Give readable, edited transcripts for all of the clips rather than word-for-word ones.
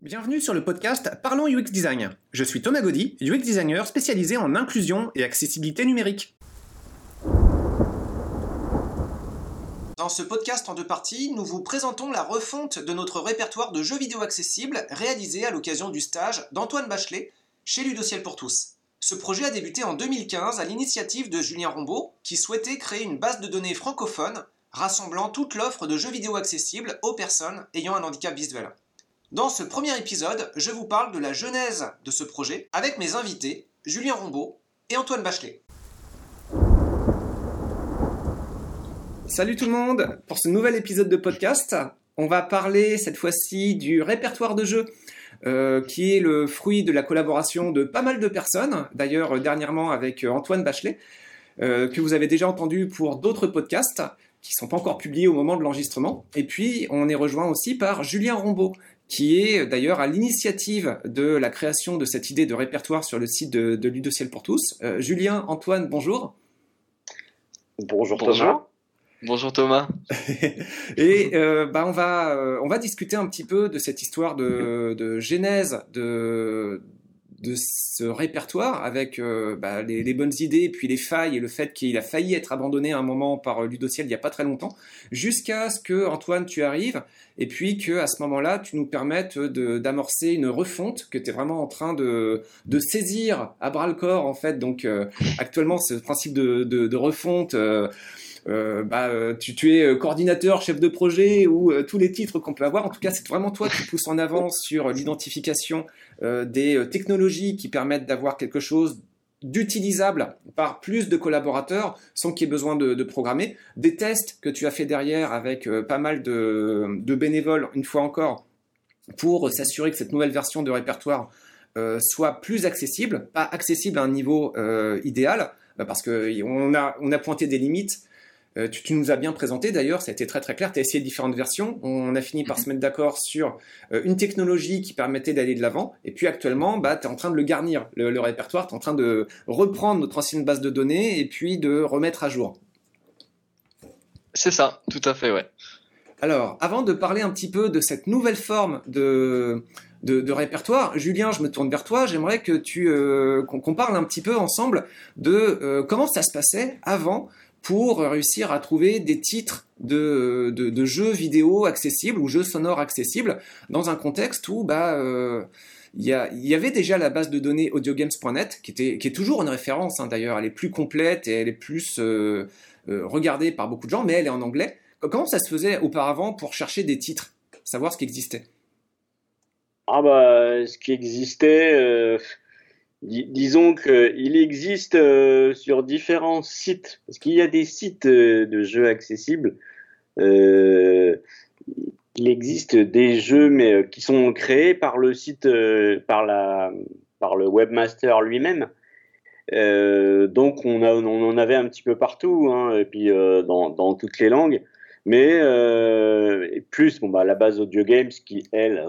Bienvenue sur le podcast Parlons UX Design. Je suis Thomas Gaudy, UX designer spécialisé en inclusion et accessibilité numérique. Dans ce podcast en deux parties, nous vous présentons la refonte de notre répertoire de jeux vidéo accessibles réalisé à l'occasion du stage d'Antoine Bachelet chez Ludociel pour tous. Ce projet a débuté en 2015 à l'initiative de Julien Rombaud qui souhaitait créer une base de données francophone rassemblant toute l'offre de jeux vidéo accessibles aux personnes ayant un handicap visuel. Dans ce premier épisode, je vous parle de la genèse de ce projet avec mes invités, Julien Rombaud et Antoine Bachelet. Salut tout le monde! Pour ce nouvel épisode de podcast, on va parler cette fois-ci du répertoire de jeux qui est le fruit de la collaboration de pas mal de personnes, d'ailleurs dernièrement avec Antoine Bachelet, que vous avez déjà entendu pour d'autres podcasts qui ne sont pas encore publiés au moment de l'enregistrement. Et puis, on est rejoint aussi par Julien Rombaud, qui est d'ailleurs à l'initiative de la création de cette idée de répertoire sur le site de Ludociel pour tous. Julien, Antoine, bonjour. Bonjour Thomas. Bonjour Thomas. Et on va discuter un petit peu de cette histoire de genèse de ce répertoire avec les bonnes idées, puis les failles et le fait qu'il a failli être abandonné à un moment par Ludociel il n'y a pas très longtemps, jusqu'à ce que Antoine tu arrives et puis que à ce moment-là tu nous permettes d'amorcer une refonte que tu es vraiment en train de saisir à bras le corps en fait. Donc actuellement ce principe de refonte. Tu es coordinateur, chef de projet ou tous les titres qu'on peut avoir. En tout cas, c'est vraiment toi qui pousses en avant sur l'identification des technologies qui permettent d'avoir quelque chose d'utilisable par plus de collaborateurs sans qu'il y ait besoin de programmer. Des tests que tu as fait derrière avec pas mal de bénévoles, une fois encore, pour s'assurer que cette nouvelle version de répertoire soit plus accessible, pas accessible à un niveau idéal, parce qu'on a pointé des limites. Tu nous as bien présenté d'ailleurs, ça a été très très clair, tu as essayé différentes versions, on a fini par se mettre d'accord sur une technologie qui permettait d'aller de l'avant, et puis actuellement tu es en train de le garnir, le répertoire, tu es en train de reprendre notre ancienne base de données et puis de remettre à jour. C'est ça, tout à fait, ouais. Alors, avant de parler un petit peu de cette nouvelle forme de répertoire, Julien, je me tourne vers toi, j'aimerais que qu'on parle un petit peu ensemble de comment ça se passait avant pour réussir à trouver des titres de jeux vidéo accessibles ou jeux sonores accessibles dans un contexte où il y avait déjà la base de données audiogames.net qui est toujours une référence d'ailleurs, elle est plus complète et elle est plus regardée par beaucoup de gens, mais elle est en anglais. Comment ça se faisait auparavant pour chercher des titres, savoir ce qui existait? Ce qui existait, disons qu'il existe sur différents sites, parce qu'il y a des sites de jeux accessibles. Il existe des jeux mais qui sont créés par le site, par le webmaster lui-même. Donc on en avait un petit peu partout, et puis dans toutes les langues. Mais plus la base Audio Games qui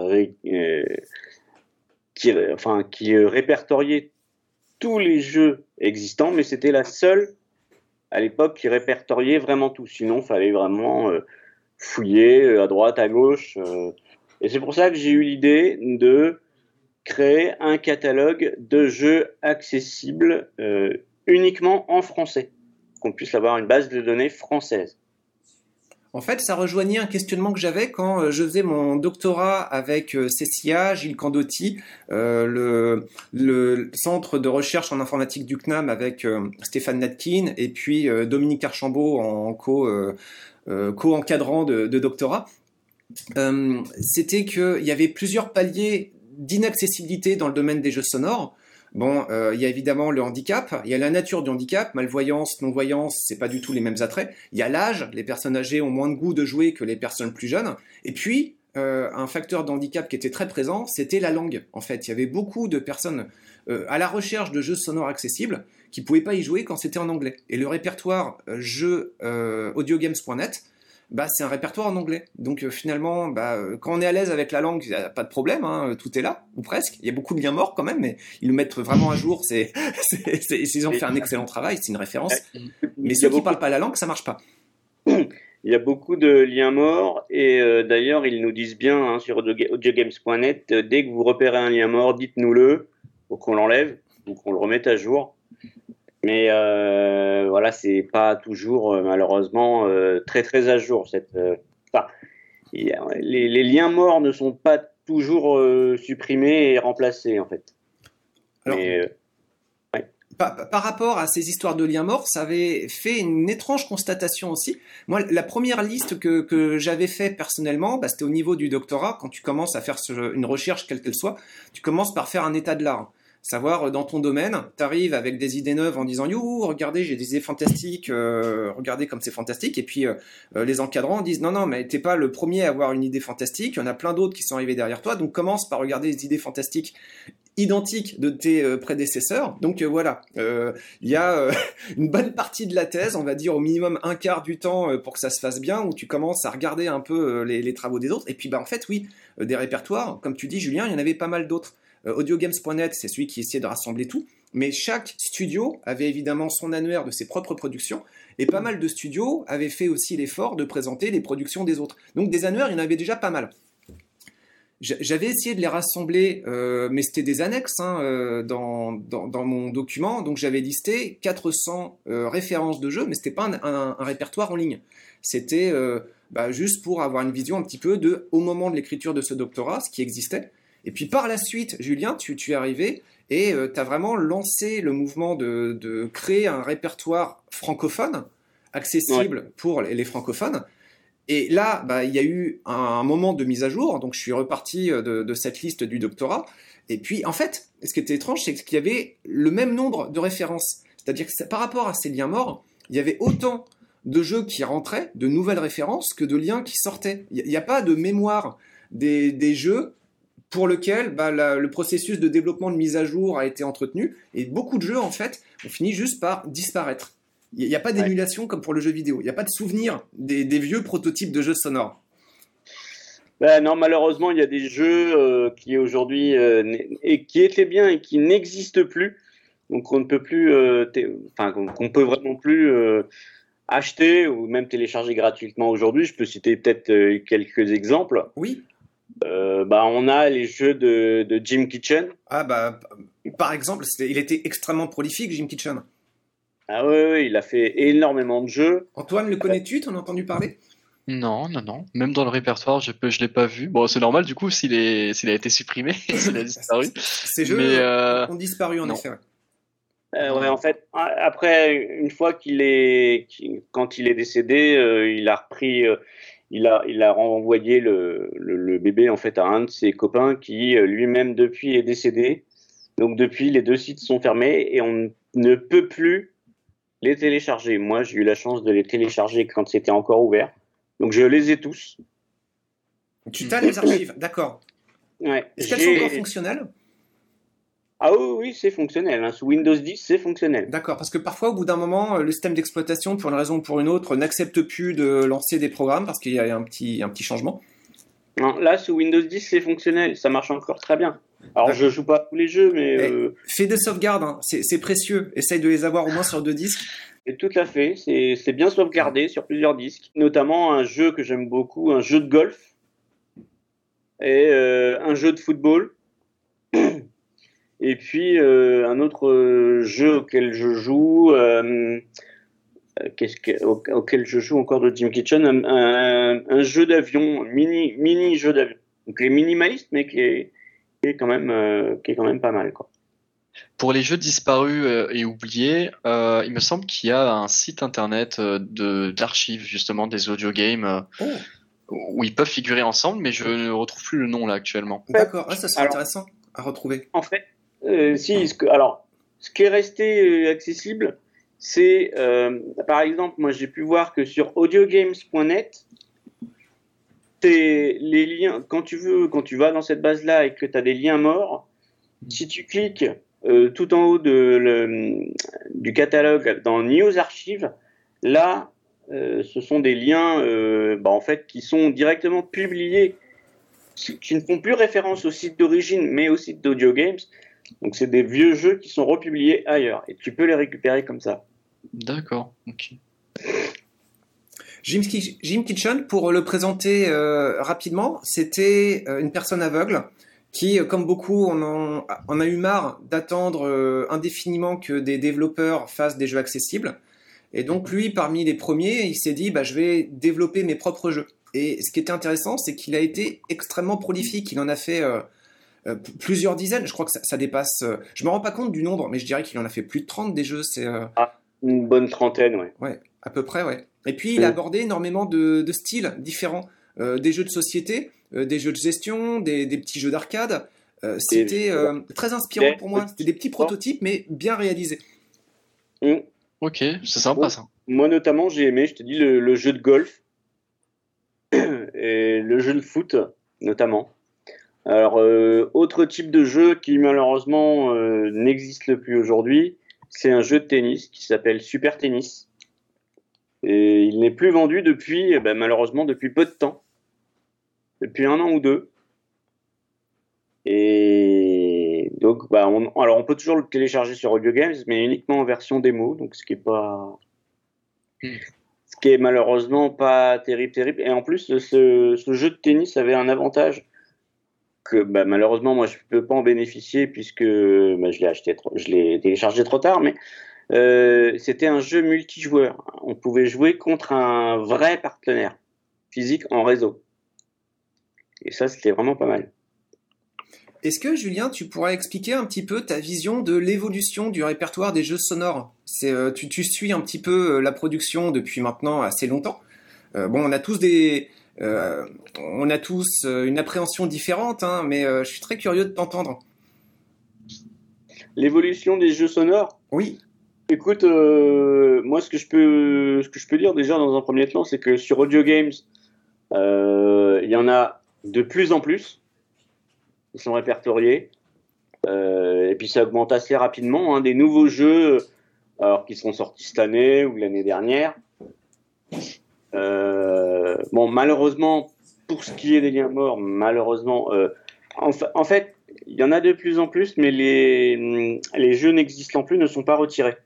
qui répertoriait tous les jeux existants, mais c'était la seule à l'époque qui répertoriait vraiment tout. Sinon, il fallait vraiment fouiller à droite, à gauche. Et c'est pour ça que j'ai eu l'idée de créer un catalogue de jeux accessibles uniquement en français, qu'on puisse avoir une base de données française. En fait, ça rejoignait un questionnement que j'avais quand je faisais mon doctorat avec Cécia, Gilles Candotti, le centre de recherche en informatique du CNAM avec Stéphane Natkin et puis Dominique Archambault en co-encadrant de doctorat. C'était qu'il y avait plusieurs paliers d'inaccessibilité dans le domaine des jeux sonores. Bon, il y a évidemment le handicap, il y a la nature du handicap, malvoyance, non-voyance, c'est pas du tout les mêmes attraits. Il y a l'âge, les personnes âgées ont moins de goût de jouer que les personnes plus jeunes. Et puis, un facteur de handicap qui était très présent, c'était la langue. En fait, il y avait beaucoup de personnes à la recherche de jeux sonores accessibles qui pouvaient pas y jouer quand c'était en anglais. Et le répertoire jeux audiogames.net, c'est un répertoire en anglais. Donc finalement, quand on est à l'aise avec la langue, il n'y a pas de problème, tout est là, ou presque. Il y a beaucoup de liens morts quand même, mais ils le mettent vraiment à jour. Ils ont fait un excellent travail, c'est une référence. Mais ceux qui ne parlent pas la langue, ça ne marche pas. il y a beaucoup de liens morts et d'ailleurs ils nous disent bien hein, sur audiogames.net, dès que vous repérez un lien mort, dites-nous-le pour qu'on l'enlève ou qu'on le remette à jour. Mais voilà, c'est pas toujours malheureusement très très à jour. Les liens morts ne sont pas toujours supprimés et remplacés en fait. Alors, Mais, par rapport à ces histoires de liens morts, ça avait fait une étrange constatation aussi. Moi, la première liste que j'avais fait personnellement, c'était au niveau du doctorat. Quand tu commences à faire une recherche, quelle qu'elle soit, tu commences par faire un état de l'art. Savoir, dans ton domaine, tu arrives avec des idées neuves en disant « You, regardez, j'ai des idées fantastiques, regardez comme c'est fantastique ». Et puis, les encadrants disent « Non, mais t'es pas le premier à avoir une idée fantastique, il y en a plein d'autres qui sont arrivés derrière toi, donc commence par regarder les idées fantastiques identiques de tes prédécesseurs ». Donc voilà, il y a une bonne partie de la thèse, on va dire au minimum un quart du temps pour que ça se fasse bien, où tu commences à regarder un peu les travaux des autres. Et puis, en fait, oui, des répertoires, comme tu dis, Julien, il y en avait pas mal d'autres. Audiogames.net, c'est celui qui essayait de rassembler tout, mais chaque studio avait évidemment son annuaire de ses propres productions, et pas mal de studios avaient fait aussi l'effort de présenter les productions des autres. Donc des annuaires, il y en avait déjà pas mal. J'avais essayé de les rassembler, mais c'était des annexes dans mon document, donc j'avais listé 400 références de jeux, mais c'était pas un répertoire en ligne. C'était juste pour avoir une vision un petit peu au moment de l'écriture de ce doctorat, ce qui existait. Et puis par la suite, Julien, tu es arrivé et tu as vraiment lancé le mouvement de créer un répertoire francophone, accessible pour les francophones. Et là, il y a eu un moment de mise à jour, donc je suis reparti de cette liste du doctorat. Et puis, en fait, ce qui était étrange, c'est qu'il y avait le même nombre de références. C'est-à-dire que par rapport à ces liens morts, il y avait autant de jeux qui rentraient, de nouvelles références, que de liens qui sortaient. Il n'y a pas de mémoire des jeux pour lequel le processus de développement de mise à jour a été entretenu, et beaucoup de jeux, en fait, ont fini juste par disparaître. Il n'y a pas d'émulation comme pour le jeu vidéo. Il n'y a pas de souvenir des vieux prototypes de jeux sonores. Non, malheureusement, il y a des jeux qui aujourd'hui et qui étaient bien et qui n'existent plus, donc on ne peut plus, qu'on peut vraiment plus acheter ou même télécharger gratuitement aujourd'hui. Je peux citer peut-être quelques exemples. Oui. On a les jeux de Jim Kitchen. Par exemple, il était extrêmement prolifique, Jim Kitchen. Ah oui, il a fait énormément de jeux. Antoine, le connais-tu? T'en as entendu parler? Non. Même dans le répertoire, je l'ai pas vu. Bon, c'est normal du coup s'il a été supprimé, s'il a disparu. Ces jeux ont disparu en effet. En fait, après, une fois quand il est décédé, il a repris. Il a renvoyé le bébé en fait à un de ses copains qui lui-même depuis est décédé. Donc depuis, les deux sites sont fermés et on ne peut plus les télécharger. Moi, j'ai eu la chance de les télécharger quand c'était encore ouvert. Donc je les ai tous. Tu as les archives, d'accord. Ouais. Est-ce qu'elles sont encore fonctionnelles? Ah oui, c'est fonctionnel. Sous Windows 10, c'est fonctionnel. D'accord, parce que parfois, au bout d'un moment, le système d'exploitation, pour une raison ou pour une autre, n'accepte plus de lancer des programmes parce qu'il y a un petit changement. Non, là, sous Windows 10, c'est fonctionnel. Ça marche encore très bien. Alors, je joue pas à tous les jeux, mais... Fais des sauvegardes, c'est précieux. Essaye de les avoir au moins sur 2 disques. Et tout à fait. C'est bien sauvegardé sur plusieurs disques. Notamment un jeu que j'aime beaucoup, un jeu de golf et un jeu de football. Et puis un autre jeu auquel je joue, auquel je joue encore de Jim Kitchen, un jeu d'avion, mini jeu d'avion. Donc il est minimaliste, mais qui est quand même pas mal, quoi. Pour les jeux disparus et oubliés, il me semble qu'il y a un site internet d'archives justement des audio games où ils peuvent figurer ensemble, mais je ne retrouve plus le nom là actuellement. D'accord, ça serait intéressant à retrouver. En fait, ce qui est resté accessible, c'est par exemple, moi j'ai pu voir que sur audiogames.net, les liens, quand tu vas dans cette base-là et que tu as des liens morts, si tu cliques tout en haut du catalogue dans News Archives, là, ce sont des liens en fait, qui sont directement publiés, qui ne font plus référence au site d'origine, mais au site d'Audio Games. Donc c'est des vieux jeux qui sont republiés ailleurs, et tu peux les récupérer comme ça. D'accord, ok. Jim Kitchen, pour le présenter rapidement, c'était une personne aveugle qui, comme beaucoup, on a eu marre d'attendre indéfiniment que des développeurs fassent des jeux accessibles. Et donc lui, parmi les premiers, il s'est dit je vais développer mes propres jeux. Et ce qui était intéressant, c'est qu'il a été extrêmement prolifique. Il en a fait plusieurs dizaines. Je crois que ça dépasse... je me rends pas compte du nombre, mais je dirais qu'il en a fait plus de 30 des jeux. C'est une bonne trentaine, ouais. Ouais, à peu près, ouais. Et puis il a abordé énormément de styles différents. Des jeux de société, des jeux de gestion, des petits jeux d'arcade. C'était très inspirant pour moi. C'était des petits prototypes, mais bien réalisés. Ok, c'est sympa ça. Moi notamment, j'ai aimé, je te dis, le jeu de golf et le jeu de foot, notamment. Alors, autre type de jeu qui malheureusement n'existe plus aujourd'hui, c'est un jeu de tennis qui s'appelle Super Tennis. Et il n'est plus vendu depuis, malheureusement, depuis peu de temps. Depuis 1 an ou 2. Et donc, on peut toujours le télécharger sur Audio Games, mais uniquement en version démo, donc ce qui est malheureusement pas terrible. Et en plus, ce jeu de tennis avait un avantage que malheureusement moi je peux pas en bénéficier puisque je l'ai téléchargé trop tard, mais c'était un jeu multijoueur. On pouvait jouer contre un vrai partenaire physique en réseau. Et ça, c'était vraiment pas mal. Est-ce que, Julien, tu pourrais expliquer un petit peu ta vision de l'évolution du répertoire des jeux sonores ? Tu suis un petit peu la production depuis maintenant assez longtemps. On a tous une appréhension différente, mais je suis très curieux de t'entendre. L'évolution des jeux sonores ? Oui. Écoute, moi, ce que je peux dire déjà dans un premier temps, c'est que sur Audio Games, il y en a de plus en plus. Ils sont répertoriés. Et puis ça augmente assez rapidement. Des nouveaux jeux qui seront sortis cette année ou l'année dernière. Malheureusement, pour ce qui est des liens morts, en fait, il y en a de plus en plus, mais les jeux n'existant plus ne sont pas retirés.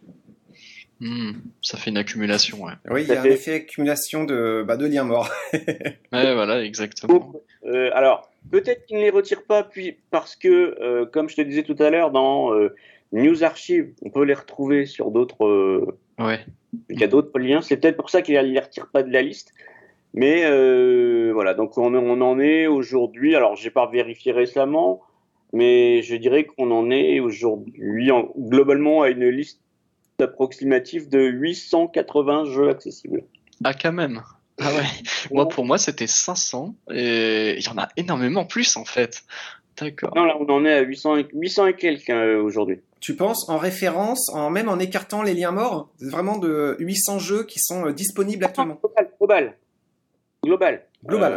Ça fait une accumulation, ouais. Oui, il y a un effet accumulation de liens morts. Ouais, voilà, exactement. Alors, peut-être qu'ils ne les retirent pas, parce que, comme je te disais tout à l'heure, dans News Archive, on peut les retrouver sur d'autres... Il y a d'autres liens. C'est peut-être pour ça qu'ils ne les retirent pas de la liste. Mais voilà, donc on en est aujourd'hui... Alors, je n'ai pas vérifié récemment, mais je dirais qu'on en est aujourd'hui globalement à une liste approximative de 880 jeux accessibles. Ah, quand même. Ah ouais. Pour moi, c'était 500 et il y en a énormément plus en fait. D'accord. Non, là, on en est à 800 et quelques aujourd'hui. Tu penses en référence, même en écartant les liens morts, vraiment de 800 jeux qui sont disponibles actuellement. Global.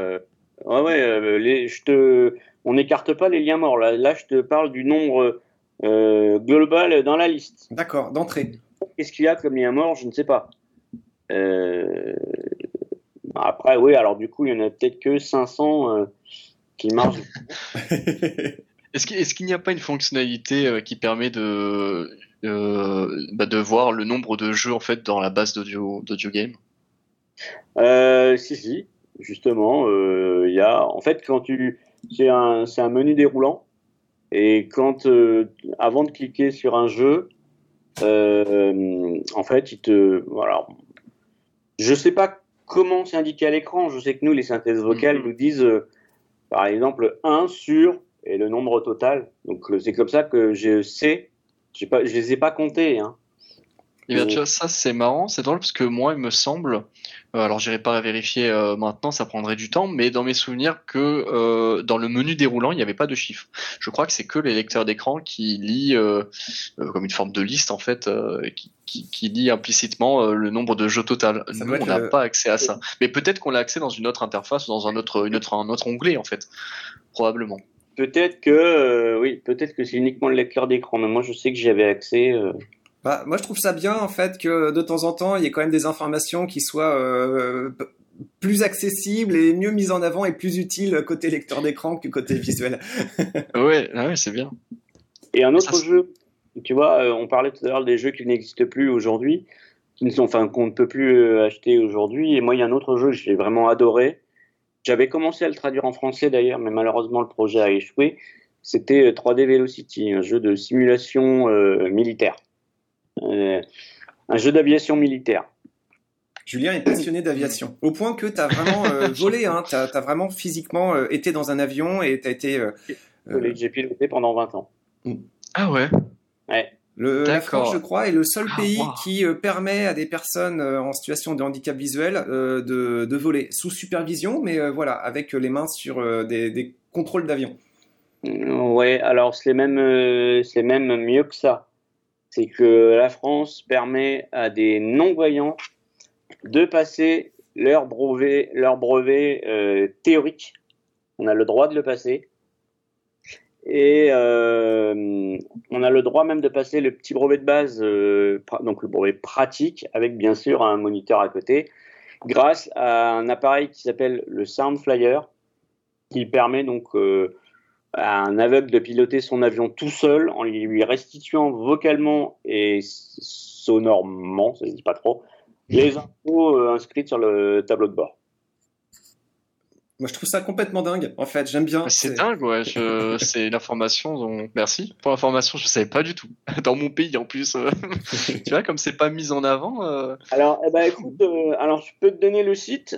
On n'écarte pas les liens morts. Là, je te parle du nombre global dans la liste. D'accord, d'entrée. Qu'est-ce qu'il y a comme lien mort ? Je ne sais pas. Après, oui, alors du coup, il y en a peut-être que 500 qui marchent. Est-ce qu'il n'y a pas une fonctionnalité qui permet de voir le nombre de jeux en fait dans la base d'audio game ? Si, justement, il y a. En fait, c'est un menu déroulant et avant de cliquer sur un jeu, en fait, voilà. Je sais pas comment c'est indiqué à l'écran. Je sais que nous, les synthèses vocales nous disent, par exemple, 1 sur et le nombre total. Donc, c'est comme ça que je sais. Je les ai pas comptés. Et bien, tu vois, ça, c'est marrant, c'est drôle parce que moi, il me semble, alors j'irai pas vérifier maintenant, ça prendrait du temps, mais dans mes souvenirs que dans le menu déroulant, il n'y avait pas de chiffres. Je crois que c'est que les lecteurs d'écran qui lit comme une forme de liste en fait, qui lit implicitement le nombre de jeux total. Nous, on n'a pas accès à ça. Mais peut-être qu'on l'a accès dans une autre interface, dans un autre onglet en fait, probablement. Peut-être que c'est uniquement le lecteur d'écran, mais moi je sais que j'y avais accès. Moi, je trouve ça bien, en fait, que de temps en temps, il y ait quand même des informations qui soient plus accessibles et mieux mises en avant et plus utiles côté lecteur d'écran que côté visuel. Ouais, c'est bien. Et un autre jeu, tu vois, on parlait tout à l'heure des jeux qui n'existent plus aujourd'hui. qu'on ne peut plus acheter aujourd'hui. Et moi, il y a un autre jeu que j'ai vraiment adoré. J'avais commencé à le traduire en français d'ailleurs, mais malheureusement le projet a échoué. C'était 3D Velocity, un jeu de simulation militaire, un jeu d'aviation militaire. Julien est passionné d'aviation, au point que tu as vraiment volé, hein, tu as vraiment physiquement été dans un avion et tu as été... J'ai piloté pendant 20 ans. Ah ouais. Ouais. La France, je crois, est le seul pays qui permet à des personnes en situation de handicap visuel de voler sous supervision, mais voilà, avec les mains sur des contrôles d'avion. Ouais, alors c'est même mieux que ça. C'est que la France permet à des non-voyants de passer leur brevet théorique. On a le droit de le passer. Et on a le droit même de passer le petit brevet de base, donc le brevet pratique, avec bien sûr un moniteur à côté, grâce à un appareil qui s'appelle le Sound Flyer, qui permet donc à un aveugle de piloter son avion tout seul en lui restituant vocalement et sonorement, ça ne dit pas trop, les infos inscrites sur le tableau de bord. Moi, je trouve ça complètement dingue. En fait, j'aime bien. C'est dingue, ouais. C'est l'information. Donc, merci pour l'information. Je savais pas du tout. Dans mon pays, en plus. Tu vois, comme c'est pas mis en avant. Alors, écoute, alors je peux te donner le site.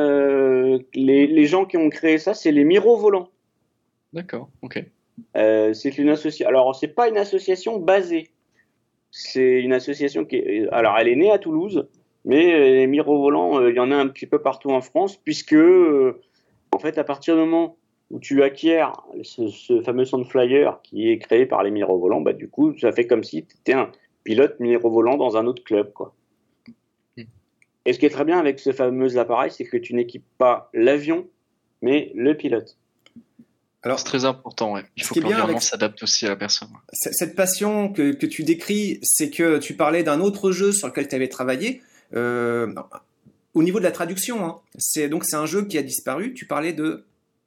Les gens qui ont créé ça, c'est les Miro Volants. D'accord. Ok. C'est une association. Alors, c'est pas une association basée. C'est une association alors, elle est née à Toulouse, mais les Miro Volants, il y en a un petit peu partout en France, puisque en fait, à partir du moment où tu acquiers ce fameux Sound Flyer qui est créé par les mirovolants, du coup, ça fait comme si tu étais un pilote mirovolant dans un autre club, quoi. Et ce qui est très bien avec ce fameux appareil, c'est que tu n'équipes pas l'avion, mais le pilote. Alors, c'est très important, ouais. Il faut que l'environnement s'adapte aussi à la personne. Cette passion que tu décris, c'est que tu parlais d'un autre jeu sur lequel tu avais travaillé. Au niveau de la traduction, hein, c'est un jeu qui a disparu. Tu parlais de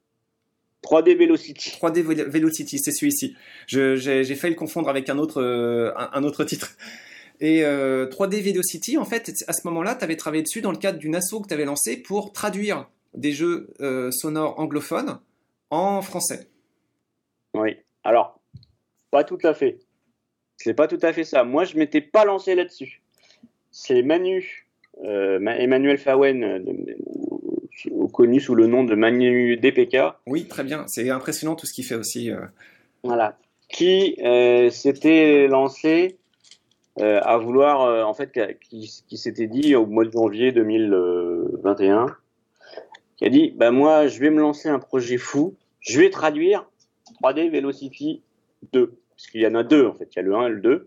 3D Velocity. 3D Velocity, c'est celui-ci. J'ai failli le confondre avec un autre titre. Et 3D Velocity, en fait, à ce moment-là, tu avais travaillé dessus dans le cadre d'une asso que tu avais lancée pour traduire des jeux sonores anglophones en français. Oui. Alors, pas tout à fait. C'est pas tout à fait ça. Moi, je m'étais pas lancé là-dessus. C'est Emmanuel Fawen, connu sous le nom de Manu DPK. Oui, très bien. C'est impressionnant tout ce qu'il fait aussi. Voilà. Qui s'était lancé à vouloir, en fait, qui s'était dit au mois de janvier 2021, qui a dit, moi, je vais me lancer un projet fou. Je vais traduire 3D Velocity 2. Parce qu'il y en a deux, en fait. Il y a le 1 et le 2.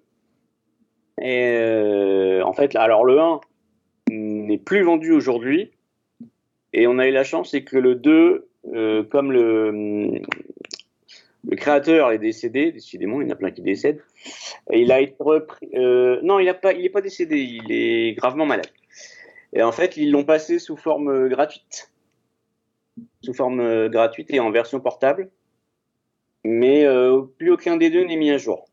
Et en fait, alors le 1 n'est plus vendu aujourd'hui. Et on a eu la chance, c'est que le 2, comme le créateur est décédé, décidément, il y en a plein qui décèdent, et il a été repris. Non, il est pas décédé, il est gravement malade. Et en fait, ils l'ont passé sous forme gratuite. Sous forme gratuite et en version portable. Mais plus aucun des deux n'est mis à jour.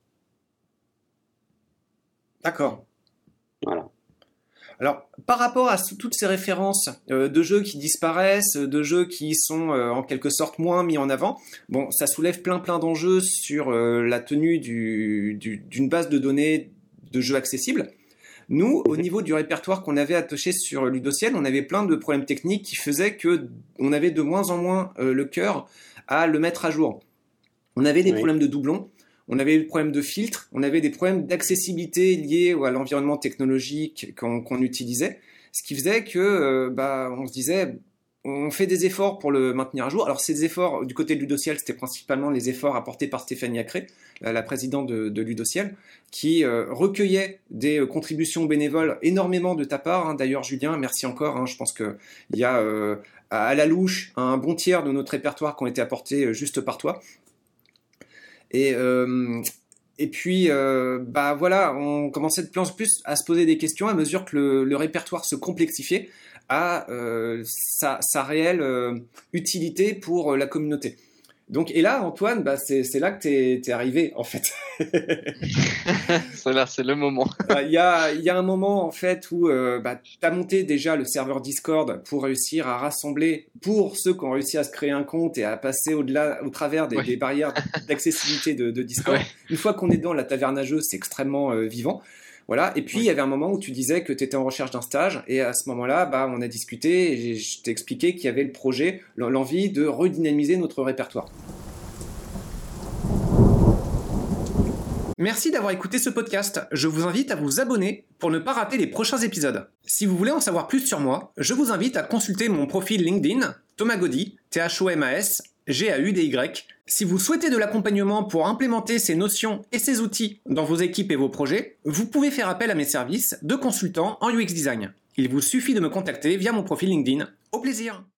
D'accord. Voilà. Alors, par rapport à toutes ces références de jeux qui disparaissent, de jeux qui sont en quelque sorte moins mis en avant, bon, ça soulève plein d'enjeux sur la tenue d'une base de données de jeux accessibles. Nous, au niveau du répertoire qu'on avait attaché sur Ludociel, on avait plein de problèmes techniques qui faisaient que on avait de moins en moins le cœur à le mettre à jour. On avait des problèmes de doublons. On avait des problèmes de filtres, on avait des problèmes d'accessibilité liés à l'environnement technologique qu'on utilisait, ce qui faisait que on se disait on fait des efforts pour le maintenir à jour. Alors ces efforts du côté de Ludociel, c'était principalement les efforts apportés par Stéphanie Acré, la présidente de Ludociel, qui recueillait des contributions bénévoles énormément de ta part. Hein. D'ailleurs Julien, merci encore. Hein. Je pense que il y a à la louche un bon tiers de notre répertoire qui ont été apportés juste par toi. Et puis, voilà, on commençait de plus en plus à se poser des questions à mesure que le répertoire se complexifiait à sa réelle utilité pour la communauté. Donc, et là, Antoine, bah, c'est là que t'es arrivé, en fait. C'est le moment. Il y a un moment, en fait, où bah, tu as monté déjà le serveur Discord pour réussir à rassembler, pour ceux qui ont réussi à se créer un compte et à passer au travers des barrières d'accessibilité de Discord. Ouais. Une fois qu'on est dans la taverne à jeu, c'est extrêmement vivant. Voilà. Et puis, il y avait un moment où tu disais que tu étais en recherche d'un stage. Et à ce moment-là, bah, on a discuté et je t'ai expliqué qu'il y avait le projet, l'envie de redynamiser notre répertoire. Merci d'avoir écouté ce podcast. Je vous invite à vous abonner pour ne pas rater les prochains épisodes. Si vous voulez en savoir plus sur moi, je vous invite à consulter mon profil LinkedIn, Thomas Gaudy, Thomas Gaudy. Si vous souhaitez de l'accompagnement pour implémenter ces notions et ces outils dans vos équipes et vos projets, vous pouvez faire appel à mes services de consultant en UX Design. Il vous suffit de me contacter via mon profil LinkedIn. Au plaisir!